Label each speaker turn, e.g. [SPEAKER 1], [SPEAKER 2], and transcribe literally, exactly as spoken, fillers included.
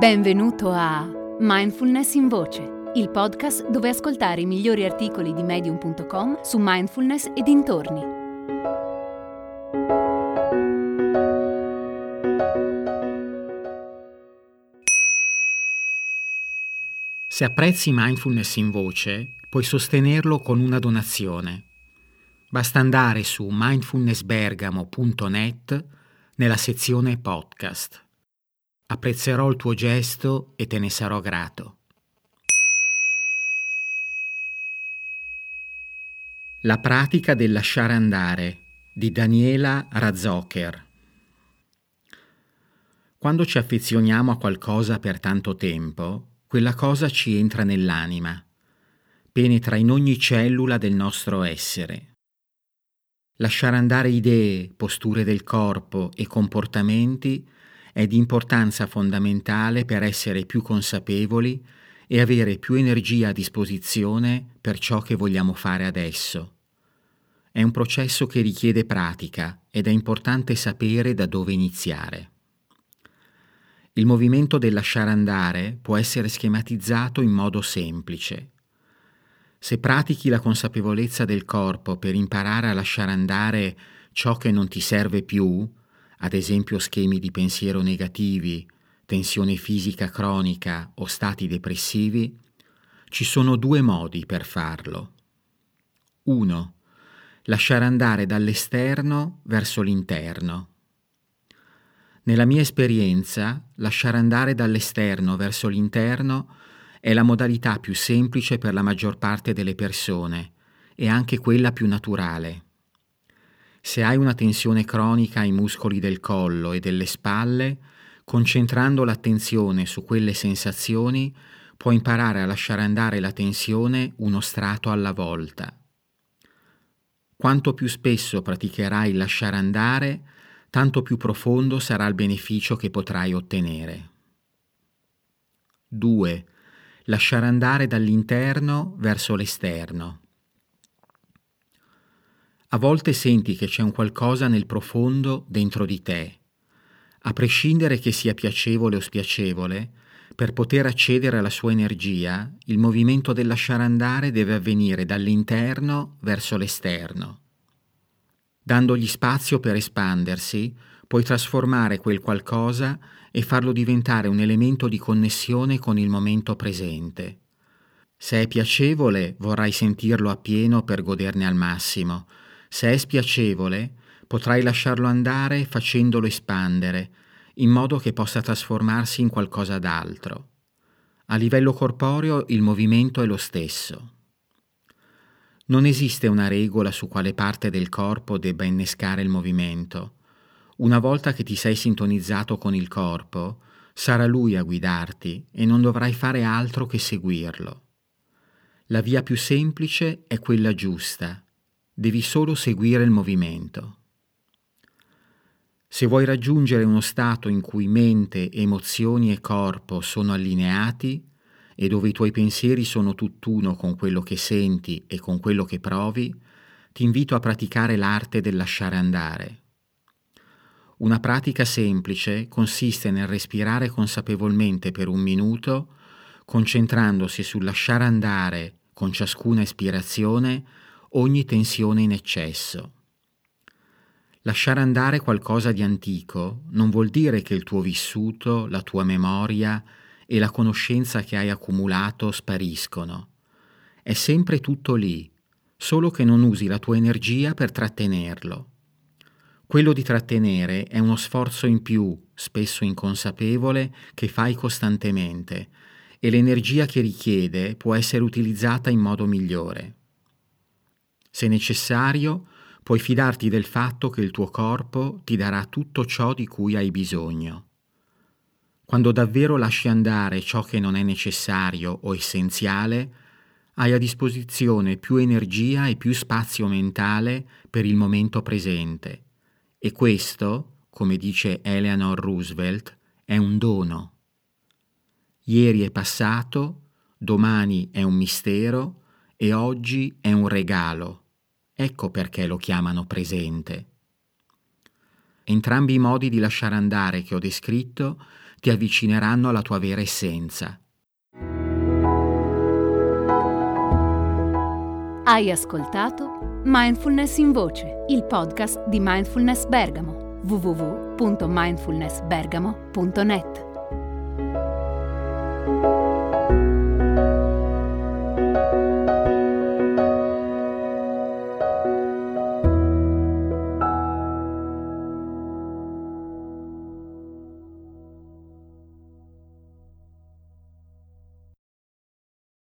[SPEAKER 1] Benvenuto a Mindfulness in Voce, il podcast dove ascoltare i migliori articoli di medium punto com su mindfulness e dintorni.
[SPEAKER 2] Se apprezzi Mindfulness in Voce, puoi sostenerlo con una donazione. Basta andare su mindfulness bergamo punto net nella sezione podcast. Apprezzerò il tuo gesto e te ne sarò grato. La pratica del lasciare andare di Daniela Razoker. Quando ci affezioniamo a qualcosa per tanto tempo, quella cosa ci entra nell'anima, penetra in ogni cellula del nostro essere. Lasciare andare idee, posture del corpo e comportamenti è di importanza fondamentale per essere più consapevoli e avere più energia a disposizione per ciò che vogliamo fare adesso. È un processo che richiede pratica ed è importante sapere da dove iniziare. Il movimento del lasciare andare può essere schematizzato in modo semplice. Se pratichi la consapevolezza del corpo per imparare a lasciare andare ciò che non ti serve più, ad esempio schemi di pensiero negativi, tensione fisica cronica o stati depressivi, ci sono due modi per farlo. uno. Lasciare andare dall'esterno verso l'interno. Nella mia esperienza, lasciare andare dall'esterno verso l'interno è la modalità più semplice per la maggior parte delle persone e anche quella più naturale. Se hai una tensione cronica ai muscoli del collo e delle spalle, concentrando l'attenzione su quelle sensazioni, puoi imparare a lasciare andare la tensione uno strato alla volta. Quanto più spesso praticherai il lasciare andare, tanto più profondo sarà il beneficio che potrai ottenere. due. Lasciare andare dall'interno verso l'esterno. A volte senti che c'è un qualcosa nel profondo dentro di te. A prescindere che sia piacevole o spiacevole, per poter accedere alla sua energia, il movimento del lasciare andare deve avvenire dall'interno verso l'esterno. Dandogli spazio per espandersi, puoi trasformare quel qualcosa e farlo diventare un elemento di connessione con il momento presente. Se è piacevole, vorrai sentirlo appieno per goderne al massimo. Se è spiacevole, potrai lasciarlo andare facendolo espandere, in modo che possa trasformarsi in qualcosa d'altro. A livello corporeo il movimento è lo stesso. Non esiste una regola su quale parte del corpo debba innescare il movimento. Una volta che ti sei sintonizzato con il corpo, sarà lui a guidarti e non dovrai fare altro che seguirlo. La via più semplice è quella giusta. Devi solo seguire il movimento. Se vuoi raggiungere uno stato in cui mente, emozioni e corpo sono allineati e dove i tuoi pensieri sono tutt'uno con quello che senti e con quello che provi, ti invito a praticare l'arte del lasciare andare. Una pratica semplice consiste nel respirare consapevolmente per un minuto, concentrandosi sul lasciare andare con ciascuna espirazione ogni tensione in eccesso. Lasciare andare qualcosa di antico non vuol dire che il tuo vissuto, la tua memoria e la conoscenza che hai accumulato spariscono. È sempre tutto lì, solo che non usi la tua energia per trattenerlo. Quello di trattenere è uno sforzo in più, spesso inconsapevole, che fai costantemente, e l'energia che richiede può essere utilizzata in modo migliore. Se necessario, puoi fidarti del fatto che il tuo corpo ti darà tutto ciò di cui hai bisogno. Quando davvero lasci andare ciò che non è necessario o essenziale, hai a disposizione più energia e più spazio mentale per il momento presente. E questo, come dice Eleanor Roosevelt, è un dono. Ieri è passato, domani è un mistero e oggi è un regalo. Ecco perché lo chiamano presente. Entrambi i modi di lasciare andare che ho descritto ti avvicineranno alla tua vera essenza.
[SPEAKER 1] Hai ascoltato Mindfulness in Voce, il podcast di Mindfulness Bergamo. w w w punto mindfulness bergamo punto net